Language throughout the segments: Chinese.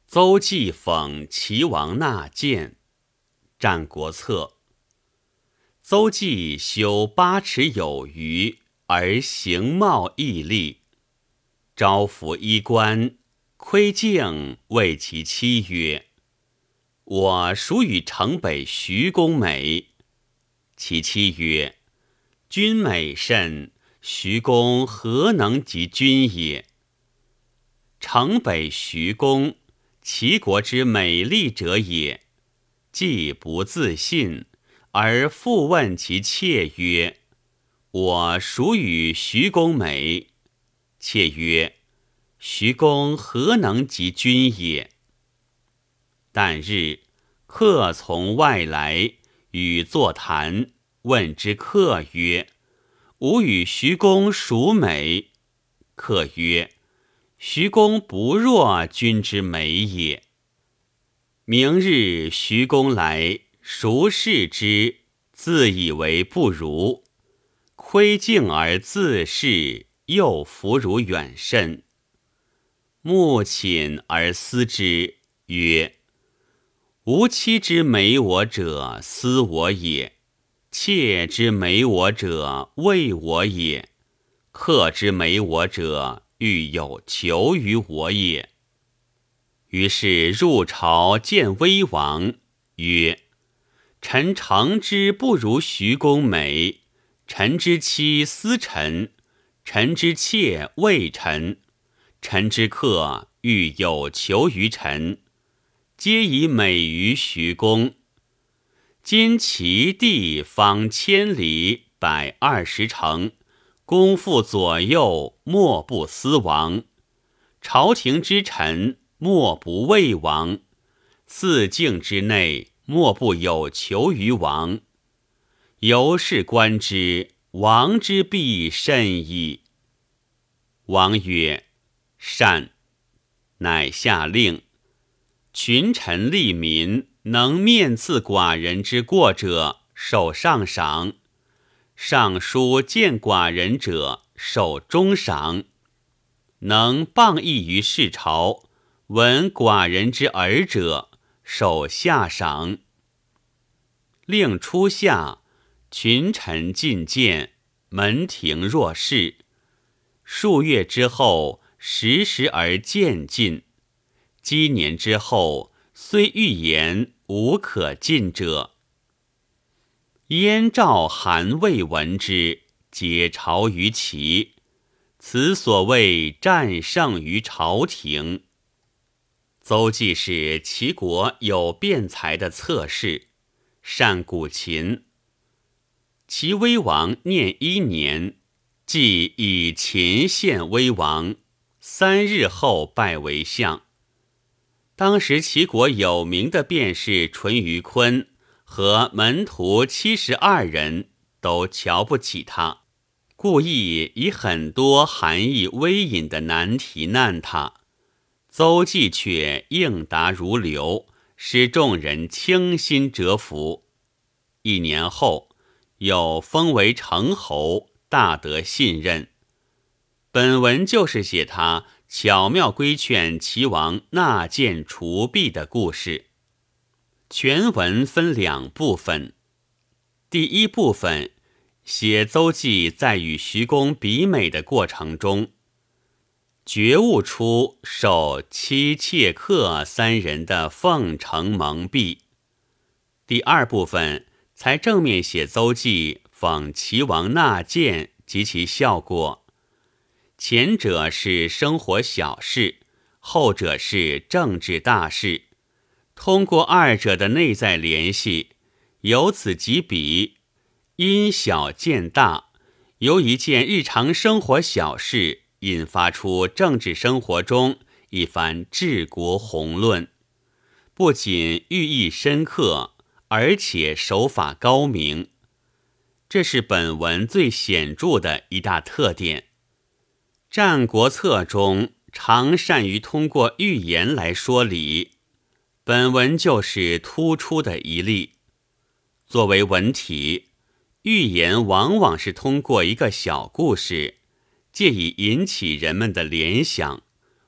邹忌讽齐王纳谏。战国策。邹忌修8尺有余，而形貌毅力。招服衣冠，窥镜谓其妻曰：“我孰与城北徐公美？”其妻曰：“君美甚，徐公何能及君也？”城北徐公，齐国之美丽者也，既不自信，而复问其妾曰：“我孰与徐公美？”妾曰：“徐公何能及君也？”旦日，客从外来，与坐谈，问之客曰：“吾与徐公孰美？”客曰：“徐公不若君之美也。”明日徐公来，孰视之，自以为不如，窥镜而自视，又弗如远甚。目寝而思之，曰：“吾妻之美我者，思我也；妾之美我者，畏我也；客之美我者，欲有求于我也。”于是入朝见威王，曰：“臣诚之不如徐公美，臣之妻思臣，臣之妾畏臣，臣之客欲有求于臣，皆以美于徐公。今齐地方千里120城，公妇左右，莫不思王；朝廷之臣，莫不畏王；四境之内，莫不有求于王。由是观之，王之必甚矣。”王曰：“善。”乃下令，群臣利民，能面刺寡人之过者，受上赏；上书见寡人者，受中赏；能谤议于市朝，闻寡人之耳者，受下赏。令初夏，群臣进谏，门庭若市。数月之后，时时而渐进。积年之后，虽欲言，无可进者。燕赵韩魏闻之，皆朝于齐。此所谓战胜于朝廷。邹忌是齐国有辩才的策士，善古琴。齐威王念1年，即以秦献威王，3日后拜为相。当时齐国有名的辩士淳于髡和门徒72人都瞧不起他，故意以很多含义微隐的难题难他。邹忌却应答如流，使众人倾心折服。1年后，又封为成侯，大得信任。本文就是写他巧妙规劝齐王纳谏除弊的故事。全文分2部分。第一部分写邹忌在与徐公比美的过程中，觉悟出受妻妾客3人的奉承蒙蔽。第二部分才正面写邹忌讽齐王纳谏及其效果。前者是生活小事，后者是政治大事。通过二者的内在联系，由此及彼，因小见大，由一件日常生活小事引发出政治生活中一番治国宏论，不仅寓意深刻，而且手法高明。这是本文最显著的一大特点。战国策中常善于通过寓言来说理，本文就是突出的一例。作为文体，寓言往往是通过一个小故事，借以引起人们的联想，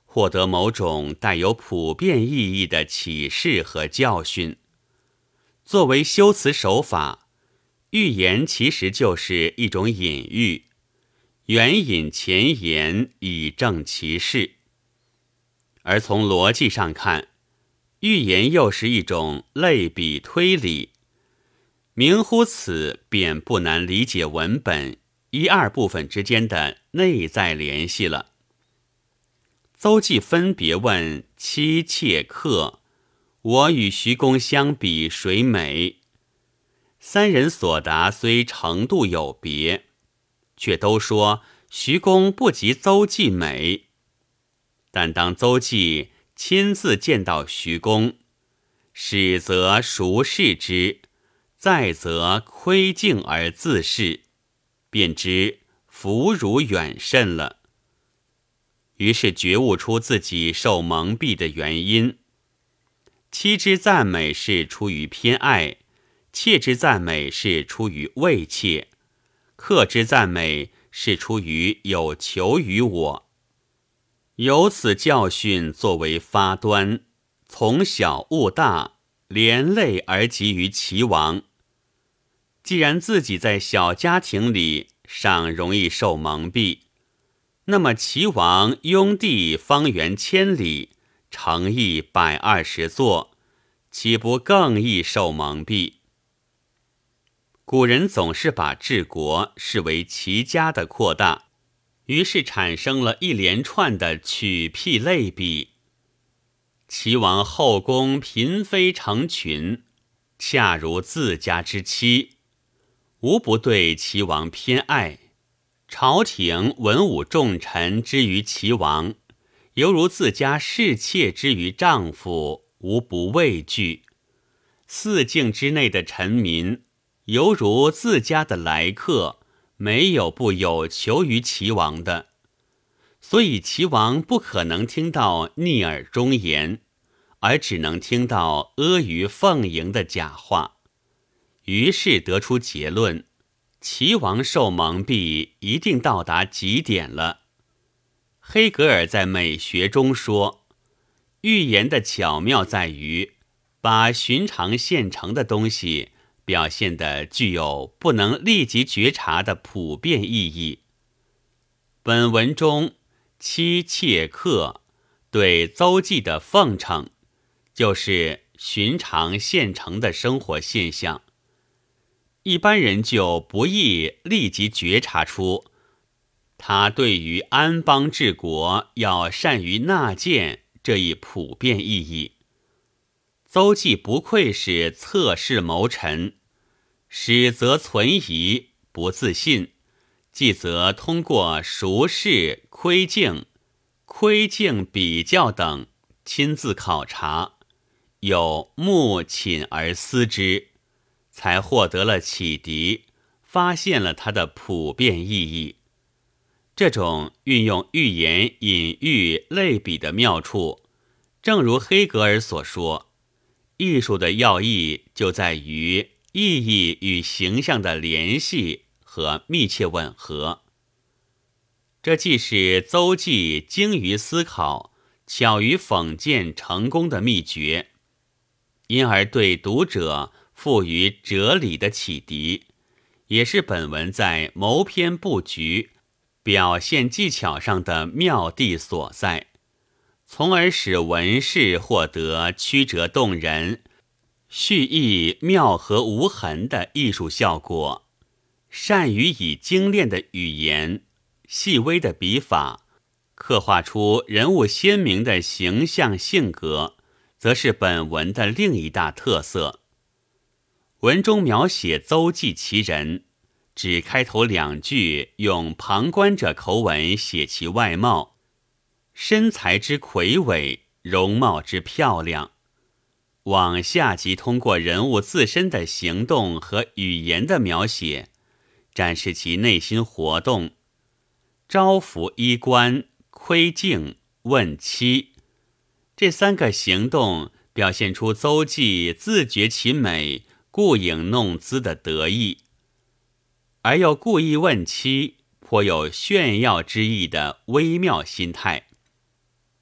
获得某种带有普遍意义的启示和教训。作为修辞手法，寓言其实就是一种隐喻，援引前言以正其事。而从逻辑上看，寓言又是一种类比推理，明乎此便不难理解文本一二部分之间的内在联系了。邹忌分别问妻妾客，我与徐公相比谁美？三人所答虽程度有别，却都说徐公不及邹忌美。但当邹忌亲自见到徐公，始则熟视之，再则窥镜而自视，便知弗如远甚了。于是觉悟出自己受蒙蔽的原因。妻之赞美是出于偏爱，妾之赞美是出于畏怯，客之赞美是出于有求于我。由此教训作为发端，从小悟大，连累而及于齐王。既然自己在小家庭里尚容易受蒙蔽，那么齐王拥地方圆千里，城邑120座，岂不更易受蒙蔽？古人总是把治国视为齐家的扩大，于是产生了一连串的取辟类比。齐王后宫嫔妃成群，恰如自家之妻，无不对齐王偏爱。朝廷文武重臣之于齐王，犹如自家侍妾之于丈夫，无不畏惧。四境之内的臣民，犹如自家的来客，没有不有求于齐王的。所以齐王不可能听到逆耳忠言，而只能听到阿谀奉迎的假话。于是得出结论，齐王受蒙蔽一定到达极点了。黑格尔在美学中说，寓言的巧妙在于把寻常现成的东西表现得具有不能立即觉察的普遍意义。本文中妻妾客对邹忌的奉承，就是寻常现成的生活现象。一般人就不易立即觉察出他对于安邦治国要善于纳谏这一普遍意义。邹忌不愧是侧室谋臣，始则存疑不自信，继则通过熟视、窥镜比较等亲自考察，有目寝而思之，才获得了启迪，发现了它的普遍意义。这种运用寓言隐喻类比的妙处，正如黑格尔所说，艺术的要义就在于意义与形象的联系和密切吻合。这既是邹忌精于思考、巧于讽谏成功的秘诀，因而对读者赋予哲理的启迪，也是本文在谋篇布局、表现技巧上的妙地所在，从而使文士获得曲折动人、蓄意妙合无痕的艺术效果。善于以精炼的语言、细微的笔法刻画出人物鲜明的形象性格，则是本文的另一大特色。文中描写邹忌其人，只开头2句用旁观者口吻写其外貌，身材之魁伟，容貌之漂亮。往下即通过人物自身的行动和语言的描写，展示其内心活动。招服衣冠、窥镜、问妻，这3个行动表现出邹忌自觉其美、故影弄姿的得意，而又故意问妻，颇有炫耀之意的微妙心态。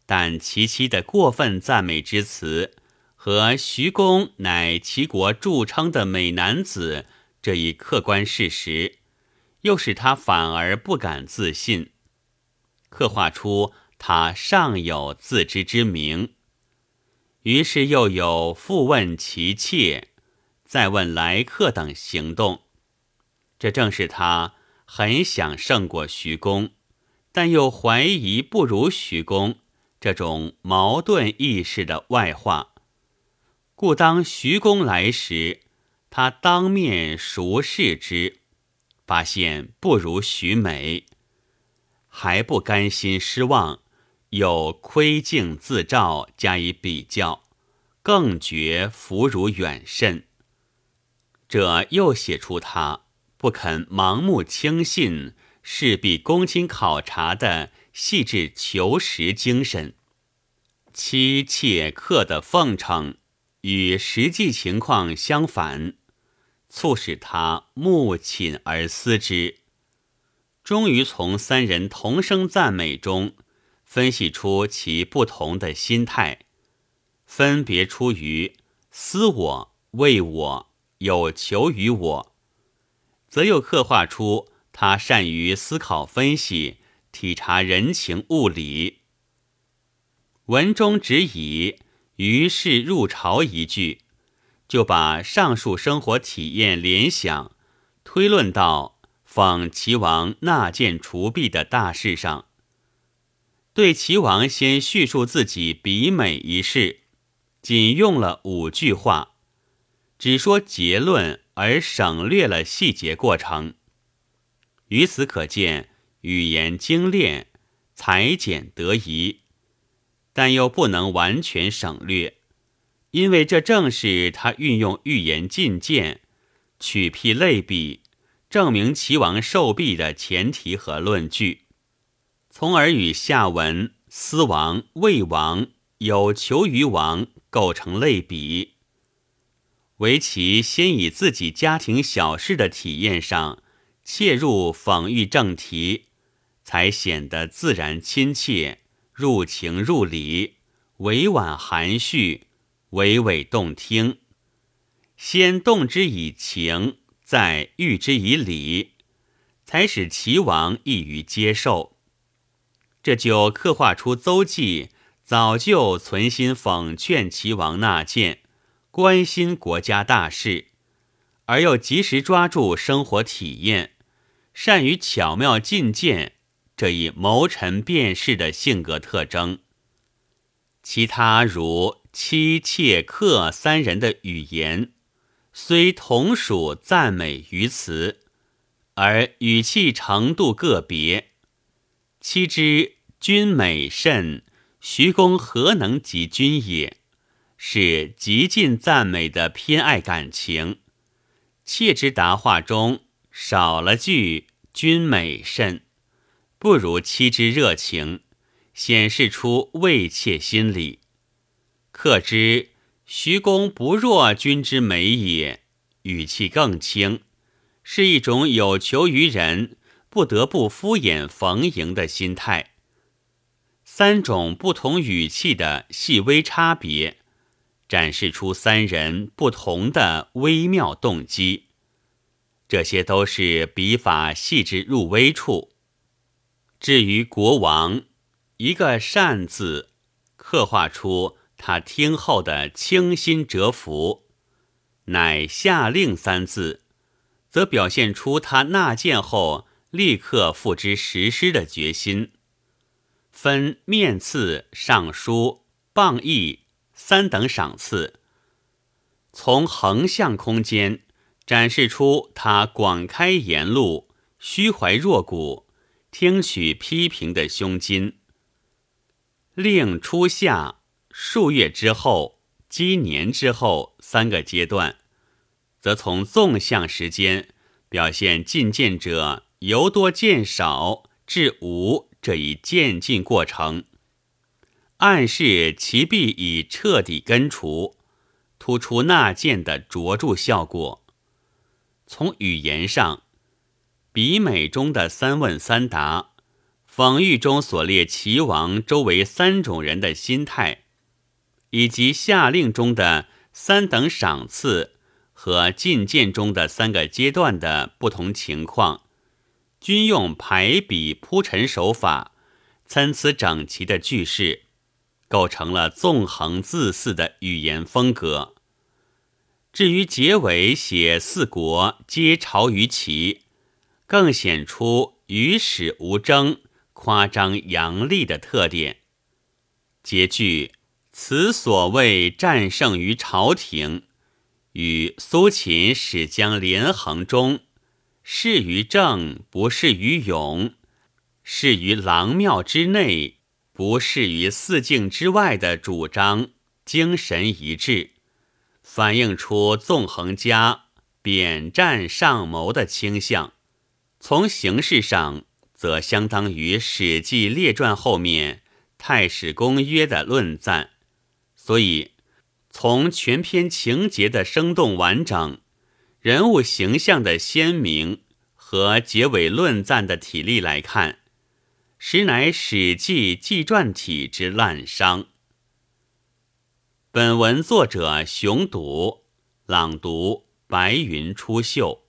但其妻的过分赞美之词和徐公乃齐国著称的美男子这一客观事实，又使他反而不敢自信，刻画出他尚有自知之明。于是又有复问其妾，再问来客等行动，这正是他很想胜过徐公，但又怀疑不如徐公这种矛盾意识的外化。故当徐公来时，他当面熟视之，发现不如徐美，还不甘心失望，又窥镜自照加以比较，更觉弗如远甚。这又写出他不肯盲目轻信，势必公亲考察的细致求实精神。妻妾客的奉承与实际情况相反，促使他慕寝而思之，终于从三人同声赞美中分析出其不同的心态，分别出于思我、为我、有求于我，则又刻画出他善于思考分析，体察人情物理。文中只以于是入朝一句，就把上述生活体验联想推论到奉齐王纳谏除弊的大事上。对齐王先叙述自己比美一事，仅用了5句话，只说结论而省略了细节过程。于此可见语言精炼，裁剪得宜，但又不能完全省略，因为这正是他运用寓言进谏，取辟类比，证明齐王受弊的前提和论据，从而与下文思王、魏王、有求于王构成类比。唯其先以自己家庭小事的体验上切入讽喻正题，才显得自然亲切，入情入理，委婉含蓄，娓娓动听。先动之以情，再喻之以理，才使齐王易于接受。这就刻画出邹忌早就存心讽劝齐王纳谏，关心国家大事，而又及时抓住生活体验，善于巧妙进谏这一谋臣辨识的性格特征。其他如妻妾客三人的语言，虽同属赞美于词，而语气程度个别。妻之君美甚，徐公何能及君也，是极尽赞美的偏爱感情。妾之答话中少了句君美甚，不如妻之热情，显示出畏妾心理。客之徐公不若君之美也，语气更轻，是一种有求于人，不得不敷衍逢迎的心态。3种不同语气的细微差别，展示出3人不同的微妙动机。这些都是笔法细致入微处。至于国王，一个善字，刻画出他听后的倾心折服，乃下令3字，则表现出他纳谏后立刻付之实施的决心。分面次、上书、谤议3等赏赐，从横向空间展示出他广开言路、虚怀若谷、听取批评的胸襟。令初夏、数月之后、积年之后3个阶段，则从纵向时间表现进谏者由多渐少至无这一渐进过程，暗示其必已彻底根除，突出纳谏的卓著效果。从语言上，比美中的3问3答讽喻中所列齐王周围3种人的心态，以及下令中的3等赏赐和进谏中的3个阶段的不同情况，均用排比铺陈手法，参差整齐的句式，构成了纵横恣肆的语言风格。至于结尾写4国皆朝于齐，更显出与史无争、夸张扬丽的特点。结句此所谓战胜于朝廷，与苏秦使将连横中事于政不事于勇，事于郎庙之内不事于四境之外的主张精神一致，反映出纵横家扁战上谋的倾向。从形式上则相当于《史记列传》后面太史公约的论赞，所以从全篇情节的生动完整、人物形象的鲜明和结尾论赞的体例来看，实乃《史记》纪传体之滥觞。本文作者熊读，朗读白云出岫。